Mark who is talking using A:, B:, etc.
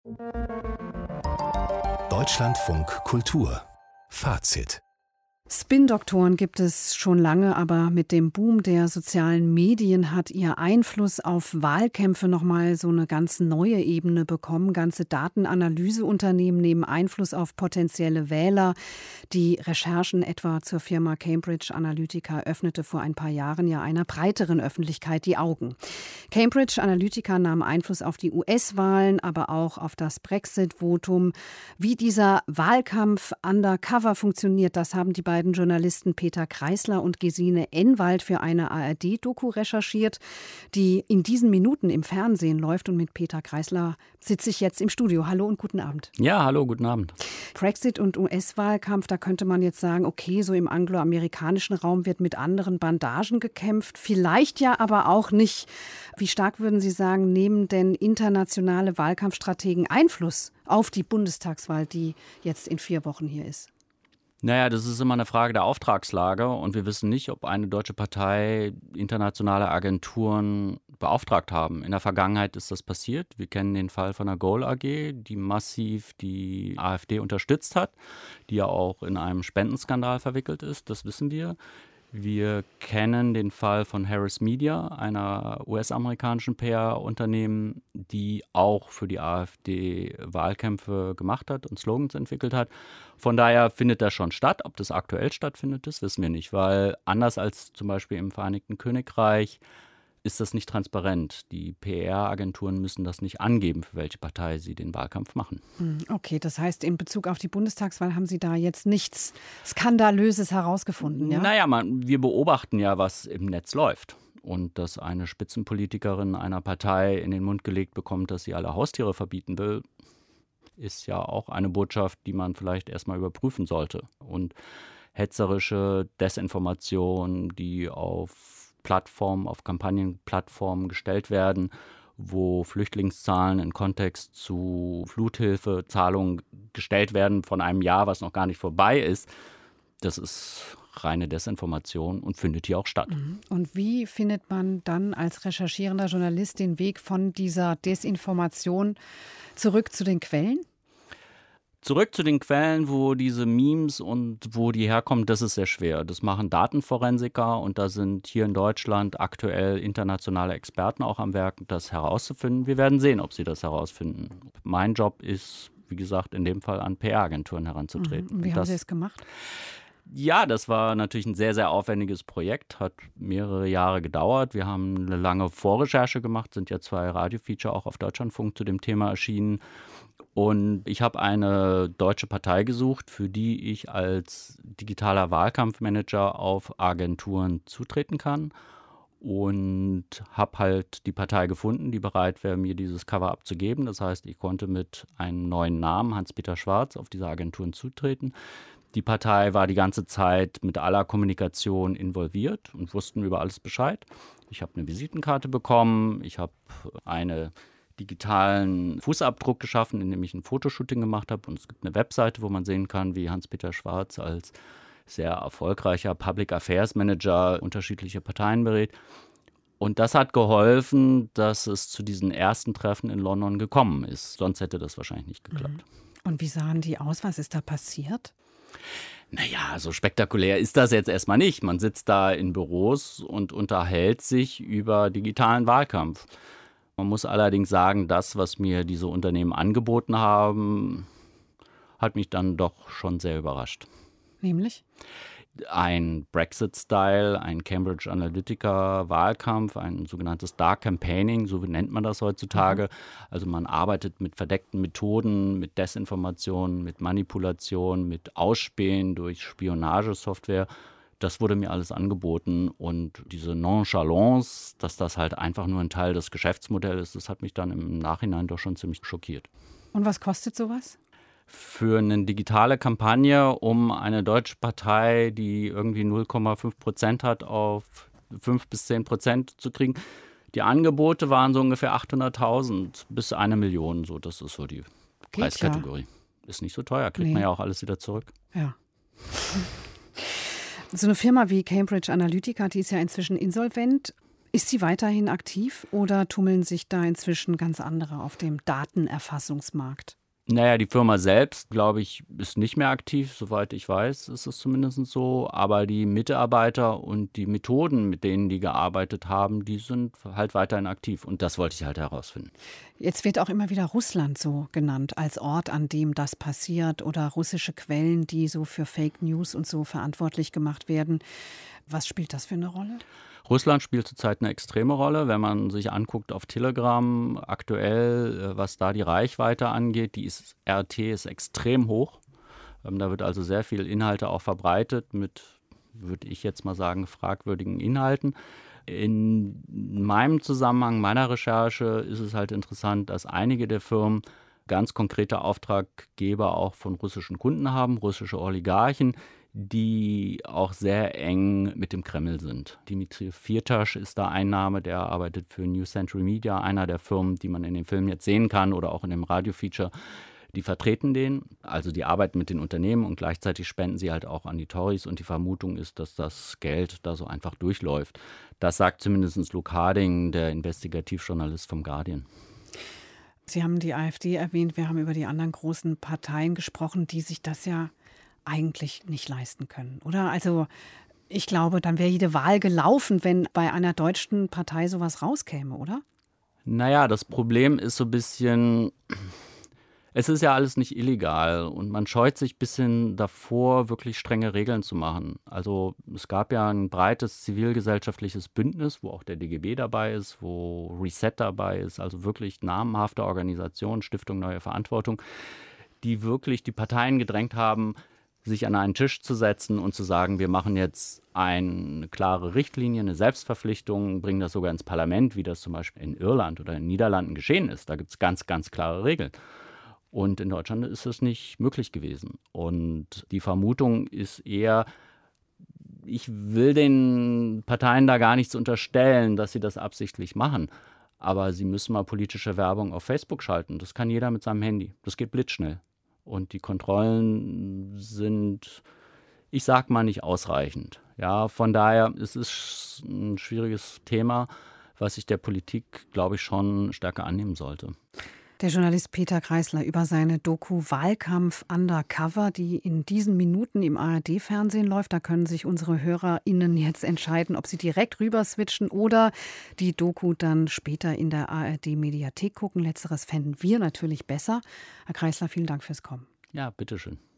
A: Deutschlandfunk Kultur Fazit.
B: Spin-Doktoren gibt es schon lange, aber mit dem Boom der sozialen Medien hat ihr Einfluss auf Wahlkämpfe nochmal so eine ganz neue Ebene bekommen. Ganze Datenanalyseunternehmen nehmen Einfluss auf potenzielle Wähler. Die Recherchen etwa zur Firma Cambridge Analytica öffnete vor ein paar Jahren ja einer breiteren Öffentlichkeit die Augen. Cambridge Analytica nahm Einfluss auf die US-Wahlen, aber auch auf das Brexit-Votum. Wie dieser Wahlkampf undercover funktioniert, das haben die beiden Journalisten Peter Kreisler und Gesine Enwald für eine ARD-Doku recherchiert, die in diesen Minuten im Fernsehen läuft. Und mit Peter Kreisler sitze ich jetzt im Studio. Hallo und guten Abend.
C: Ja, hallo, guten Abend.
B: Brexit und US-Wahlkampf, da könnte man jetzt sagen, okay, so im angloamerikanischen Raum wird mit anderen Bandagen gekämpft. Vielleicht ja, aber auch nicht. Wie stark würden Sie sagen, nehmen denn internationale Wahlkampfstrategen Einfluss auf die Bundestagswahl, die jetzt in 4 Wochen hier ist?
C: Naja, das ist immer eine Frage der Auftragslage und wir wissen nicht, ob eine deutsche Partei internationale Agenturen beauftragt haben. In der Vergangenheit ist das passiert. Wir kennen den Fall von der Goal AG, die massiv die AfD unterstützt hat, die ja auch in einem Spendenskandal verwickelt ist, das wissen wir. Wir kennen den Fall von Harris Media, einer US-amerikanischen PR-Unternehmen, die auch für die AfD Wahlkämpfe gemacht hat und Slogans entwickelt hat. Von daher findet das schon statt. Ob das aktuell stattfindet, das wissen wir nicht, weil anders als zum Beispiel im Vereinigten Königreich ist das nicht transparent. Die PR-Agenturen müssen das nicht angeben, für welche Partei sie den Wahlkampf machen.
B: Okay, das heißt, in Bezug auf die Bundestagswahl haben Sie da jetzt nichts Skandalöses herausgefunden, ja?
C: Naja, wir beobachten ja, was im Netz läuft. Und dass eine Spitzenpolitikerin einer Partei in den Mund gelegt bekommt, dass sie alle Haustiere verbieten will, ist ja auch eine Botschaft, die man vielleicht erstmal überprüfen sollte. Und hetzerische Desinformation, die auf Kampagnenplattformen gestellt werden, wo Flüchtlingszahlen in Kontext zu Fluthilfezahlungen gestellt werden von einem Jahr, was noch gar nicht vorbei ist. Das ist reine Desinformation und findet hier auch statt.
B: Und wie findet man dann als recherchierender Journalist den Weg von dieser Desinformation zurück zu den Quellen?
C: Zurück zu den Quellen, wo diese Memes und wo die herkommen, das ist sehr schwer. Das machen Datenforensiker und da sind hier in Deutschland aktuell internationale Experten auch am Werk, das herauszufinden. Wir werden sehen, ob sie das herausfinden. Mein Job ist, wie gesagt, in dem Fall an PR-Agenturen heranzutreten.
B: Wie haben Sie es gemacht?
C: Ja, das war natürlich ein sehr, sehr aufwendiges Projekt, hat mehrere Jahre gedauert. Wir haben eine lange Vorrecherche gemacht, sind ja 2 Radiofeature auch auf Deutschlandfunk zu dem Thema erschienen. Und ich habe eine deutsche Partei gesucht, für die ich als digitaler Wahlkampfmanager auf Agenturen zutreten kann. Und habe halt die Partei gefunden, die bereit wäre, mir dieses Cover abzugeben. Das heißt, ich konnte mit einem neuen Namen, Hans-Peter Schwarz, auf diese Agenturen zutreten. Die Partei war die ganze Zeit mit aller Kommunikation involviert und wussten über alles Bescheid. Ich habe eine Visitenkarte bekommen, ich habe einen digitalen Fußabdruck geschaffen, indem ich ein Fotoshooting gemacht habe. Und es gibt eine Webseite, wo man sehen kann, wie Hans-Peter Schwarz als sehr erfolgreicher Public Affairs Manager unterschiedliche Parteien berät. Und das hat geholfen, dass es zu diesen ersten Treffen in London gekommen ist. Sonst hätte das wahrscheinlich nicht geklappt.
B: Und wie sahen die aus? Was ist da passiert?
C: Naja, so spektakulär ist das jetzt erstmal nicht. Man sitzt da in Büros und unterhält sich über digitalen Wahlkampf. Man muss allerdings sagen, das, was mir diese Unternehmen angeboten haben, hat mich dann doch schon sehr überrascht.
B: Nämlich?
C: Ein Brexit-Style, ein Cambridge Analytica-Wahlkampf, ein sogenanntes Dark Campaigning, so nennt man das heutzutage. Also man arbeitet mit verdeckten Methoden, mit Desinformation, mit Manipulation, mit Ausspähen durch Spionagesoftware. Das wurde mir alles angeboten und diese Nonchalance, dass das halt einfach nur ein Teil des Geschäftsmodells ist, das hat mich dann im Nachhinein doch schon ziemlich schockiert.
B: Und was kostet sowas?
C: Für eine digitale Kampagne, um eine deutsche Partei, die irgendwie 0,5% hat, auf 5 bis 10% zu kriegen. Die Angebote waren so ungefähr 800.000 bis 1 Million. So, das ist so die Preiskategorie. Ja. Ist nicht so teuer, kriegt man ja auch alles wieder zurück.
B: Ja. So eine Firma wie Cambridge Analytica, die ist ja inzwischen insolvent. Ist sie weiterhin aktiv oder tummeln sich da inzwischen ganz andere auf dem Datenerfassungsmarkt?
C: Naja, die Firma selbst, glaube ich, ist nicht mehr aktiv. Soweit ich weiß, ist es zumindest so. Aber die Mitarbeiter und die Methoden, mit denen die gearbeitet haben, die sind halt weiterhin aktiv. Und das wollte ich halt herausfinden.
B: Jetzt wird auch immer wieder Russland so genannt als Ort, an dem das passiert, oder russische Quellen, die so für Fake News und so verantwortlich gemacht werden. Was spielt das für eine Rolle?
C: Russland spielt zurzeit eine extreme Rolle, wenn man sich anguckt auf Telegram aktuell, was da die Reichweite angeht. Die RT ist extrem hoch. Da wird also sehr viel Inhalte auch verbreitet mit, würde ich jetzt mal sagen, fragwürdigen Inhalten. In meinem Zusammenhang, meiner Recherche ist es halt interessant, dass einige der Firmen ganz konkrete Auftraggeber auch von russischen Kunden haben, russische Oligarchen, die auch sehr eng mit dem Kreml sind. Dmitri Firtasch ist da ein Name, der arbeitet für New Century Media, einer der Firmen, die man in dem Film jetzt sehen kann oder auch in dem Radiofeature. Die vertreten den, also die arbeiten mit den Unternehmen und gleichzeitig spenden sie halt auch an die Tories und die Vermutung ist, dass das Geld da so einfach durchläuft. Das sagt zumindest Luke Harding, der Investigativjournalist vom Guardian.
B: Sie haben die AfD erwähnt, wir haben über die anderen großen Parteien gesprochen, die sich das ja eigentlich nicht leisten können, oder? Also ich glaube, dann wäre jede Wahl gelaufen, wenn bei einer deutschen Partei sowas rauskäme, oder?
C: Naja, das Problem ist so ein bisschen, es ist ja alles nicht illegal und man scheut sich ein bisschen davor, wirklich strenge Regeln zu machen. Also es gab ja ein breites zivilgesellschaftliches Bündnis, wo auch der DGB dabei ist, wo Reset dabei ist, also wirklich namhafte Organisationen, Stiftung Neue Verantwortung, die wirklich die Parteien gedrängt haben, sich an einen Tisch zu setzen und zu sagen, wir machen jetzt eine klare Richtlinie, eine Selbstverpflichtung, bringen das sogar ins Parlament, wie das zum Beispiel in Irland oder in den Niederlanden geschehen ist. Da gibt es ganz, ganz klare Regeln. Und in Deutschland ist es nicht möglich gewesen. Und die Vermutung ist eher, ich will den Parteien da gar nichts unterstellen, dass sie das absichtlich machen. Aber sie müssen mal politische Werbung auf Facebook schalten. Das kann jeder mit seinem Handy. Das geht blitzschnell. Und die Kontrollen sind, ich sag mal, nicht ausreichend. Ja, von daher ist es ein schwieriges Thema, was sich der Politik, glaube ich, schon stärker annehmen sollte.
B: Der Journalist Peter Kreisler über seine Doku Wahlkampf Undercover, die in diesen Minuten im ARD-Fernsehen läuft. Da können sich unsere HörerInnen jetzt entscheiden, ob sie direkt rüber switchen oder die Doku dann später in der ARD-Mediathek gucken. Letzteres fänden wir natürlich besser. Herr Kreisler, vielen Dank fürs Kommen.
C: Ja, bitteschön.